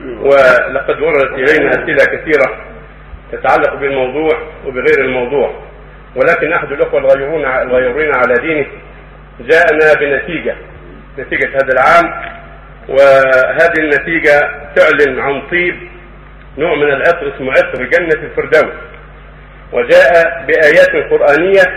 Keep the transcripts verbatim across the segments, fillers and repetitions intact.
ولقد وردت إلينا أسئلة كثيرة تتعلق بالموضوع وبغير الموضوع، ولكن أحد الأخوة الغيورين الغيورين على دينه جاءنا بنتيجة نتيجة هذا العام، وهذه النتيجة تعلن عن طيب نوع من العطر اسمه عطر جنة الفردوس، وجاء بآيات قرآنية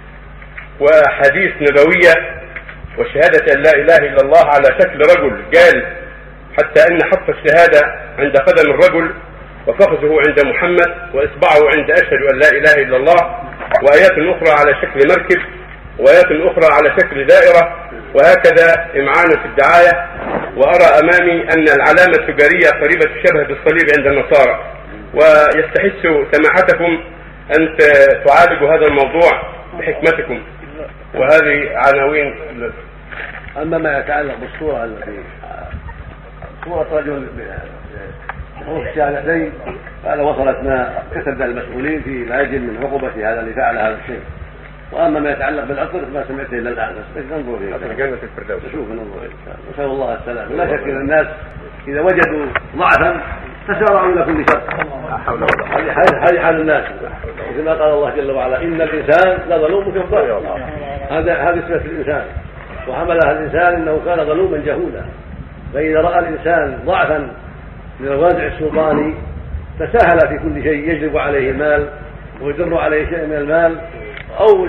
وحديث نبوية وشهادة أن لا إله إلا الله على شكل رجل جالس، حتى أن حط الشهادة عند قدم الرجل وفخذه عند محمد وإصبعه عند أشهد أن لا إله إلا الله، وآيات أخرى على شكل مركب، وآيات أخرى على شكل دائرة، وهكذا إمعان في الدعاية. وأرى أمامي أن العلامة التجارية قريبة الشبه بالصليب عند النصارى، ويستحث سماحتكم أن تعالجوا هذا الموضوع بحكمتكم. وهذه عناوين. أما ما يتعلق بالصورة التي صورة رجل بحروف الشهادتين قال وصلتنا كتب المسؤولين في العجل من عقوبة هذا اللي فعل هذا الشيء. واما ما يتعلق بالعطر ما سمعته الا الان، بس ننظر فيه جنة الفردوس نشوف ننظر نسال الله السلامه. لا شك ان الناس اذا وجدوا ضعفا تسارعوا الى كل شر. هذه حال الناس، كما قال الله جل وعلا ان الانسان لظلوم كفار. هذا هذه صفه الانسان، وحملها الانسان انه كان ظلوما جهولا. فاذا راى الانسان ضعفا من الوازع السلطاني تساهل في كل شيء، يجلب عليه المال ويدر عليه شيء من المال، أو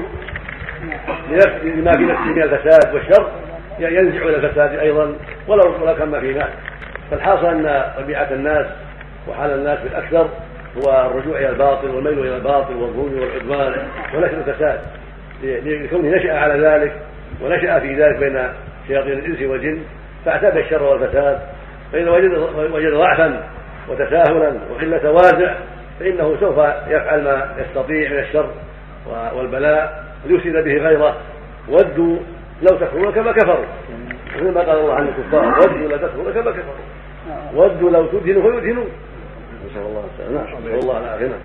لما في نفسه من الفساد والشر ينزع إلى الفساد أيضا ولو كان ما في مال. فالحاصل أن طبيعة الناس وحال الناس بالأكثر هو الرجوع إلى الباطل والميل إلى الباطل والظلم والعدوان ونشر الفساد، لكونه نشأ على ذلك ونشأ في ذلك بين شياطين الإنس والجن فاعتاد الشر والفساد. فإذا وجد وجد ضعفا وتساهلا وقلة وازع فإنه سوف يفعل ما يستطيع من الشر والبلاء ليفسد به غيره. ودوا لو تكفرون كما كفروا، مثل ما قال الله عن الكفار ودوا لا تكفرون كما كفروا، ودوا لو تدهنوا فيدهنوا. نسأل الله السلامة، نسأل الله العافية.